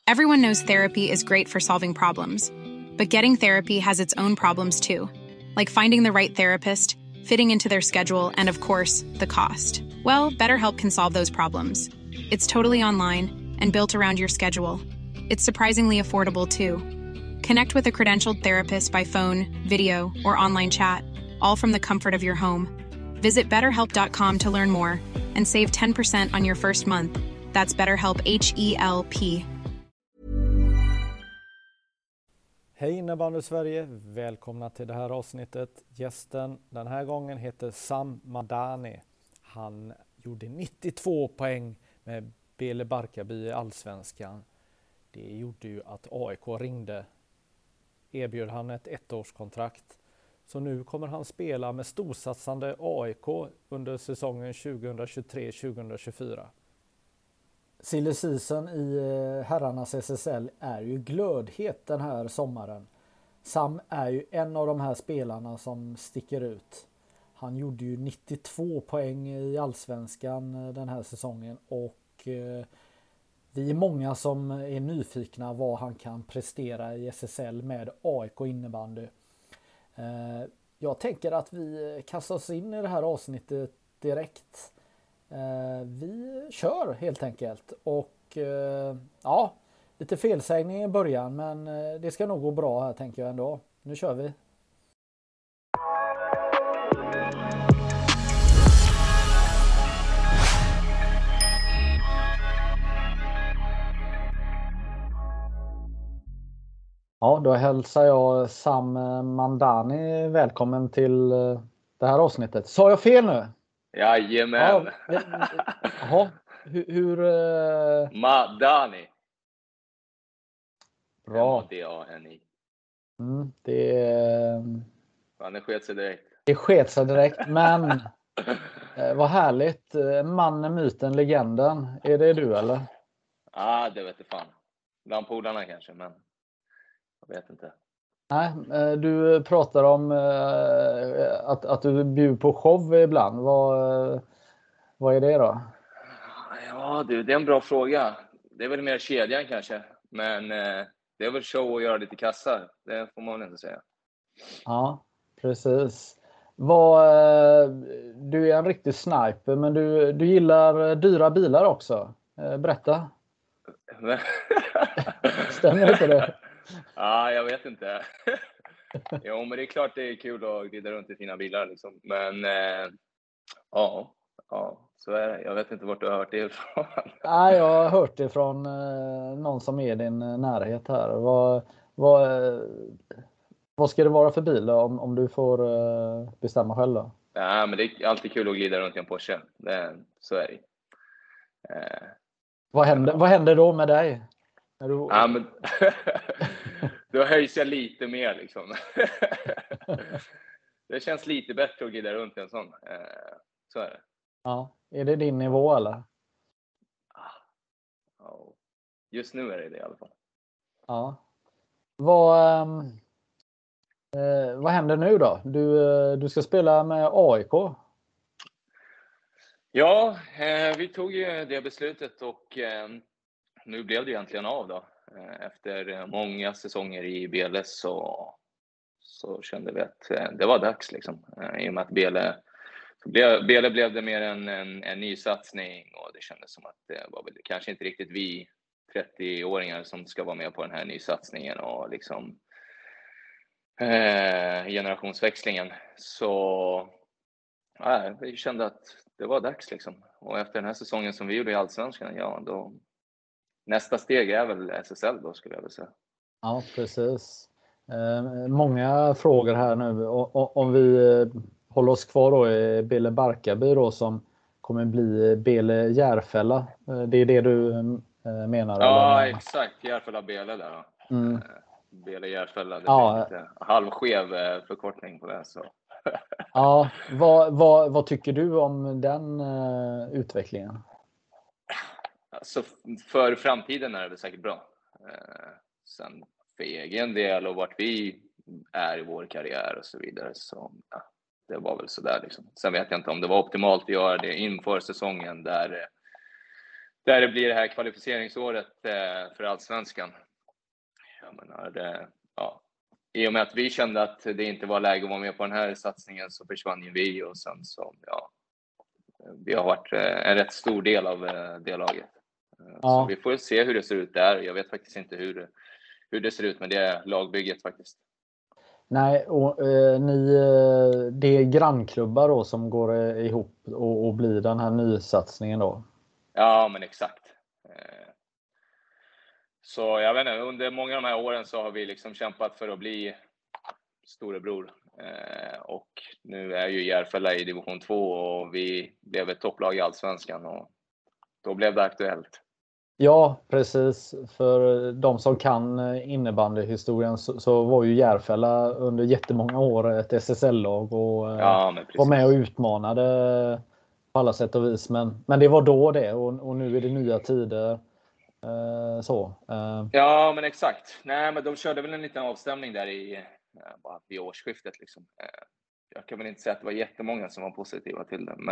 Everyone knows therapy is great for solving problems, but getting therapy has its own problems too, like finding the right therapist, fitting into their schedule, and of course, the cost. Well, BetterHelp can solve those problems. It's totally online and built around your schedule. It's surprisingly affordable too. Connect with a credentialed therapist by phone, video, or online chat, all from the comfort of your home. Visit BetterHelp.com to learn more and save 10% on your first month. That's BetterHelp, H-E-L-P. Hej innebandy Sverige, välkomna till det här avsnittet. Gästen den här gången heter Sam Madani. Han gjorde 92 poäng med Bele Barkarby i Allsvenskan. Det gjorde ju att AIK ringde. Erbjöd han ett ettårskontrakt. Så nu kommer han spela med storsatsande AIK under säsongen 2023-2024. Silly season i herrarnas SSL är ju glödhet den här sommaren. Sam är ju en av de här spelarna som sticker ut. Han gjorde ju 92 poäng i Allsvenskan den här säsongen och vi är många som är nyfikna vad han kan prestera i SSL med AIK innebandy. Jag tänker att vi kastar oss in i det här avsnittet direkt. Vi kör helt enkelt och ja, lite felsägning i början, men det ska nog gå bra här tänker jag ändå. Nu kör vi. Ja, då hälsar jag Sam Madani välkommen till det här avsnittet. Sa jag fel nu? Jajamän. Jaha, hur Madani. Bra. M-A-D-A-N-I. Det sket sig direkt. Det sket sig direkt, men vad härligt. Mannen, myten, legenden. Är det du eller? Ja, det vet jag fan. Bland polarna kanske, men jag vet inte. Nej, du pratar om att du bjuder på show ibland. Vad är det då? Ja, det är en bra fråga. Det är väl mer kedjan kanske. Men det är väl show att göra lite kassar. Det får man väl inte säga. Ja, precis. Du är en riktig sniper, men du gillar dyra bilar också. Berätta. Stämmer inte det? Ja, jag vet inte. Jo, men det är klart det är kul att glida runt i fina bilar liksom. Men ja, så är det. Jag vet inte vart du har hört det ifrån. Nej, jag har hört det från någon som är i din närhet här. Vad ska det vara för bil om du får bestämma själv då? Ja, men det är alltid kul att glida runt i en Porsche. Så är det. Vad händer då med dig? Ja, men då höjs jag lite mer liksom. Det känns lite bättre att glida runt i en sån. Så är det. Ja, är det din nivå eller? Ja. Just nu är det i alla fall. Ja. Vad händer nu då? Du ska spela med AIK. Ja, vi tog ju det beslutet och nu blev det egentligen av då. Efter många säsonger i Bele så kände vi att det var dags liksom. I och med att Bele blev det mer en ny satsning och det kändes som att det var väl kanske inte riktigt vi 30-åringar som ska vara med på den här nysatsningen och liksom generationsväxlingen. Så vi kände att det var dags liksom. Och efter den här säsongen som vi gjorde i Allsvenskan, ja då nästa steg är väl SSL då skulle jag vilja säga. Ja, precis. Många frågor här nu. Om vi håller oss kvar då i Bele Barkarby då som kommer bli Bele Järfälla. Det är det du menar? Ja, eller? exakt. Järfälla Bele där då. Bele Järfälla. Det blir lite halvskev förkortning på det. Så. Ja, vad tycker du om den utvecklingen? Alltså, för framtiden är det säkert bra. Sen för egen del och vart vi är i vår karriär och så vidare. Så det var väl sådär liksom. Sen vet jag inte om det var optimalt att göra det inför säsongen där där det blir det här kvalificeringsåret för Allsvenskan. Jag menar, i och med att vi kände att det inte var läge att vara med på den här satsningen så försvann ju vi, och sen så, vi har varit en rätt stor del av det laget. Så vi får se hur det ser ut där. Jag vet faktiskt inte hur det ser ut med det lagbygget faktiskt. Nej, och det är grannklubbar då som går ihop och blir den här nysatsningen då? Ja, men exakt. Så jag vet inte, under många av de här åren så har vi liksom kämpat för att bli storebror. Och nu är ju Järfälla i division 2 och vi blev ett topplag i Allsvenskan, och då blev det aktuellt. Ja, precis. För de som kan innebandyhistorien så var ju Järfälla under jättemånga år ett SSL-lag och var med och utmanade på alla sätt och vis. Men det var då det, och nu är det nya tider. Ja, men exakt. Nej, men de körde väl en liten avstämning där vid årsskiftet liksom. Jag kan väl inte säga att det var jättemånga som var positiva till det,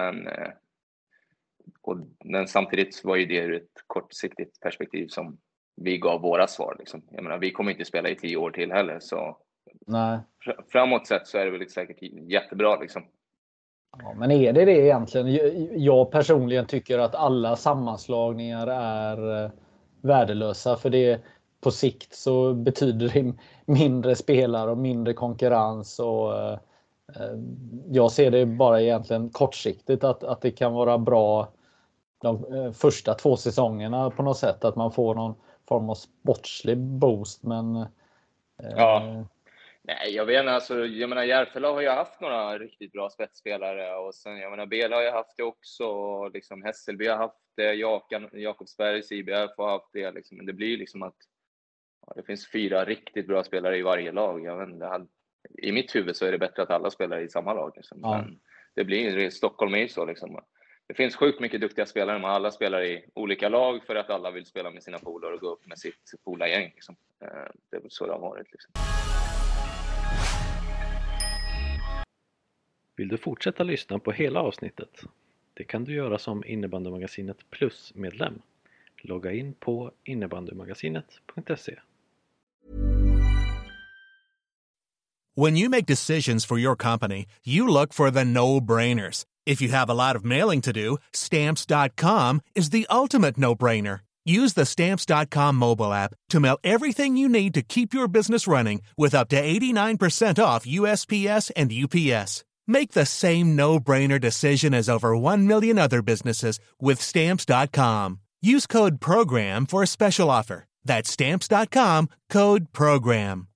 men samtidigt var ju det ur ett kortsiktigt perspektiv som vi gav våra svar liksom. Jag menar, vi kommer inte spela i 10 år till heller, så nej. Framåt sett så är det väl säkert jättebra liksom. Ja, men är det egentligen? Jag personligen tycker att alla sammanslagningar är värdelösa, för det på sikt så betyder det mindre spelare och mindre konkurrens, och jag ser det bara egentligen kortsiktigt att det kan vara bra de första 2 säsongerna på något sätt, att man får någon form av sportslig boost, men nej, jag vet inte, alltså, jag menar, Järfälla har ju haft några riktigt bra spetsspelare, och sen, jag menar, Bela har ju haft det också, och liksom Hässelby har haft det, Jakobsbergs IBF har haft det liksom. Men det blir liksom att det finns 4 riktigt bra spelare i varje lag. Jag vet inte, i mitt huvud så är det bättre att alla spelar i samma lag liksom. Men det blir Stockholm är så liksom. Det finns sjukt mycket duktiga spelare, men alla spelar i olika lag för att alla vill spela med sina polare och gå upp med sitt polargäng liksom. Det är väl så det har varit liksom. Vill du fortsätta lyssna på hela avsnittet? Det kan du göra som Innebandymagasinet Plus-medlem. Logga in på innebandymagasinet.se. When you make decisions for your company, you look for the no-brainers. If you have a lot of mailing to do, Stamps.com is the ultimate no-brainer. Use the Stamps.com mobile app to mail everything you need to keep your business running with up to 89% off USPS and UPS. Make the same no-brainer decision as over 1 million other businesses with Stamps.com. Use code PROGRAM for a special offer. That's Stamps.com, code PROGRAM.